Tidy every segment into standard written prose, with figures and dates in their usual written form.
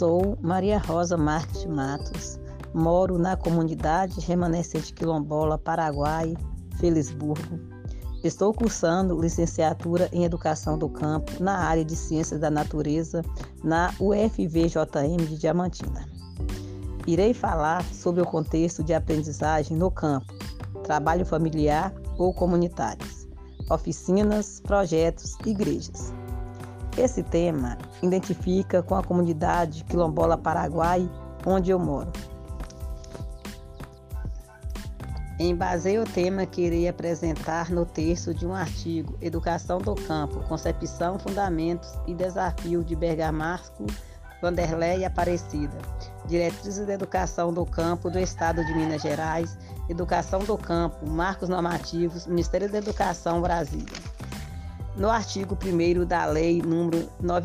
Sou Maria Rosa Marques de Matos, moro na comunidade remanescente quilombola Paraguai, Felisburgo. Estou cursando licenciatura em Educação do Campo na área de Ciências da Natureza na UFVJM de Diamantina. Irei falar sobre o contexto de aprendizagem no campo, trabalho familiar ou comunitários, oficinas, projetos, igrejas. Esse tema identifica com a comunidade quilombola Paraguai, onde eu moro. Embaseio o tema que irei apresentar no texto de um artigo Educação do Campo, Concepção, Fundamentos e Desafio de Bergamasco, Vanderlei e Aparecida, Diretrizes da Educação do Campo do Estado de Minas Gerais, Educação do Campo, Marcos Normativos, Ministério da Educação, Brasília. No artigo 1º da Lei nº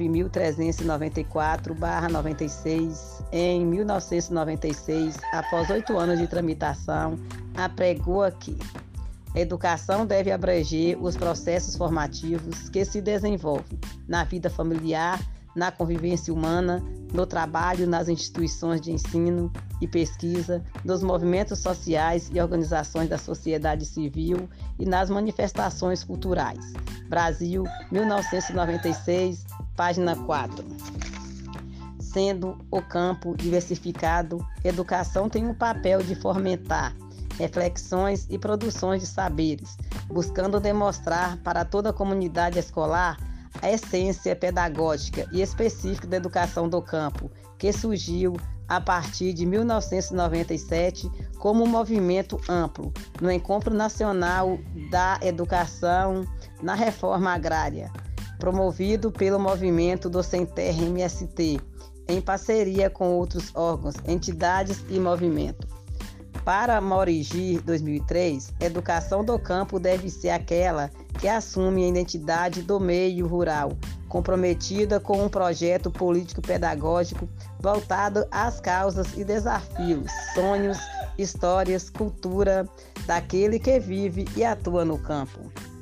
9.394/96, em 1996, após 8 anos de tramitação, apregou que a educação deve abranger os processos formativos que se desenvolvem na vida familiar, na convivência humana, no trabalho nas instituições de ensino e pesquisa, nos movimentos sociais e organizações da sociedade civil e nas manifestações culturais. Brasil, 1996, página 4. Sendo o campo diversificado, a educação tem um papel de fomentar reflexões e produções de saberes, buscando demonstrar para toda a comunidade escolar a essência pedagógica e específica da educação do campo, que surgiu a partir de 1997 como um movimento amplo no Encontro Nacional da Educação na Reforma Agrária, promovido pelo movimento do Sem-Terra MST, em parceria com outros órgãos, entidades e movimento. Para Morigi 2003, a educação do campo deve ser aquela que assume a identidade do meio rural, comprometida com um projeto político-pedagógico voltado às causas e desafios, sonhos, histórias, cultura daquele que vive e atua no campo.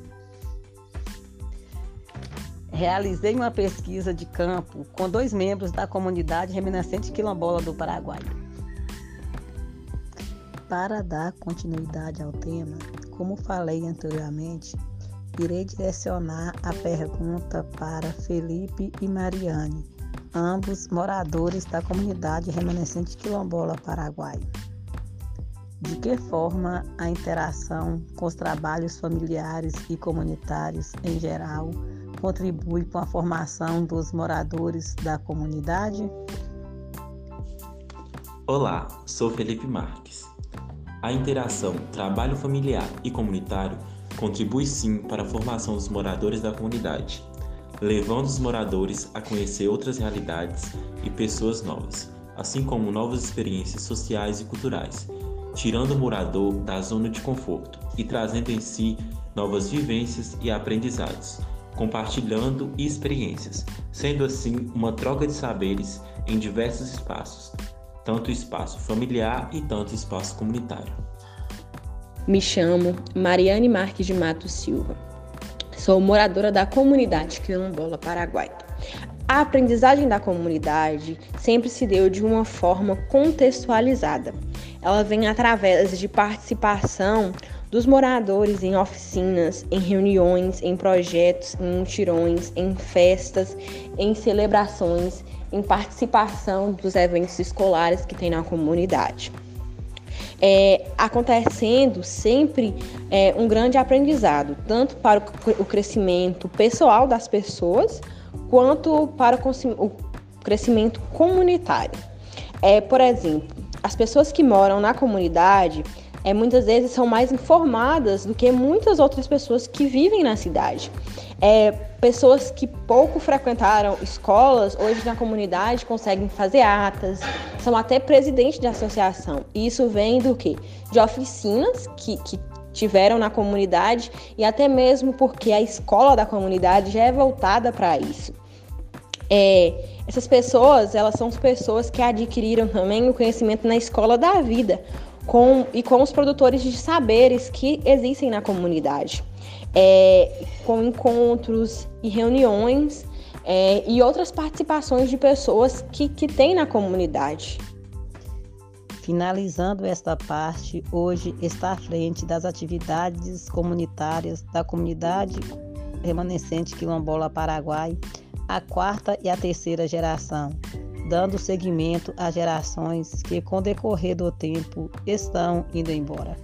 Realizei uma pesquisa de campo com 2 membros da comunidade remanescente quilombola do Paraguai. Para dar continuidade ao tema, como falei anteriormente, irei direcionar a pergunta para Felipe e Mariane, ambos moradores da comunidade remanescente quilombola Paraguai. De que forma a interação com os trabalhos familiares e comunitários em geral contribui com a formação dos moradores da comunidade? Olá, sou Felipe Marques. A interação trabalho familiar e comunitário contribui sim para a formação dos moradores da comunidade, levando os moradores a conhecer outras realidades e pessoas novas, assim como novas experiências sociais e culturais, tirando o morador da zona de conforto e trazendo em si novas vivências e aprendizados, compartilhando experiências, sendo assim uma troca de saberes em diversos espaços, tanto espaço familiar e tanto espaço comunitário. Me chamo Mariane Marques de Matos Silva. Sou moradora da comunidade quilombola Paraguai. A aprendizagem da comunidade sempre se deu de uma forma contextualizada. Ela vem através de participação dos moradores em oficinas, em reuniões, em projetos, em mutirões, em festas, em celebrações, em participação dos eventos escolares que tem na comunidade. Acontecendo sempre um grande aprendizado, tanto para o crescimento pessoal das pessoas, quanto para o crescimento comunitário. Por exemplo, as pessoas que moram na comunidade muitas vezes são mais informadas do que muitas outras pessoas que vivem na cidade. Pessoas que pouco frequentaram escolas, hoje na comunidade conseguem fazer atas, são até presidentes de associação. E isso vem do quê? De oficinas que tiveram na comunidade e até mesmo porque a escola da comunidade já é voltada para isso. Essas pessoas, elas são as pessoas que adquiriram também o conhecimento na escola da vida, com os produtores de saberes que existem na comunidade. Com encontros e reuniões e outras participações de pessoas que tem na comunidade. Finalizando esta parte, hoje está à frente das atividades comunitárias da comunidade remanescente quilombola Paraguai, a quarta e a terceira geração, dando seguimento às gerações que, com o decorrer do tempo, estão indo embora.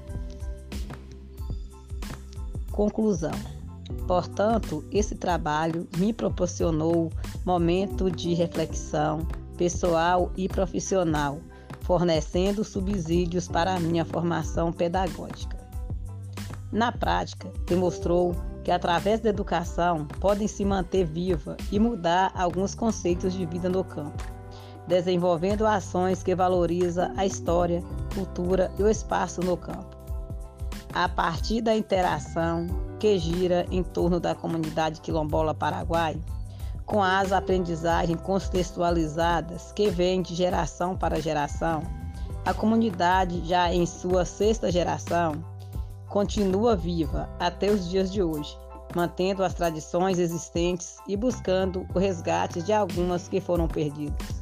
Conclusão. Portanto, esse trabalho me proporcionou momento de reflexão pessoal e profissional, fornecendo subsídios para a minha formação pedagógica. Na prática, demonstrou que através da educação podem se manter viva e mudar alguns conceitos de vida no campo, desenvolvendo ações que valorizam a história, cultura e o espaço no campo. A partir da interação que gira em torno da comunidade quilombola Paraguai, com as aprendizagens contextualizadas que vêm de geração para geração, a comunidade, já em sua sexta geração, continua viva até os dias de hoje, mantendo as tradições existentes e buscando o resgate de algumas que foram perdidas.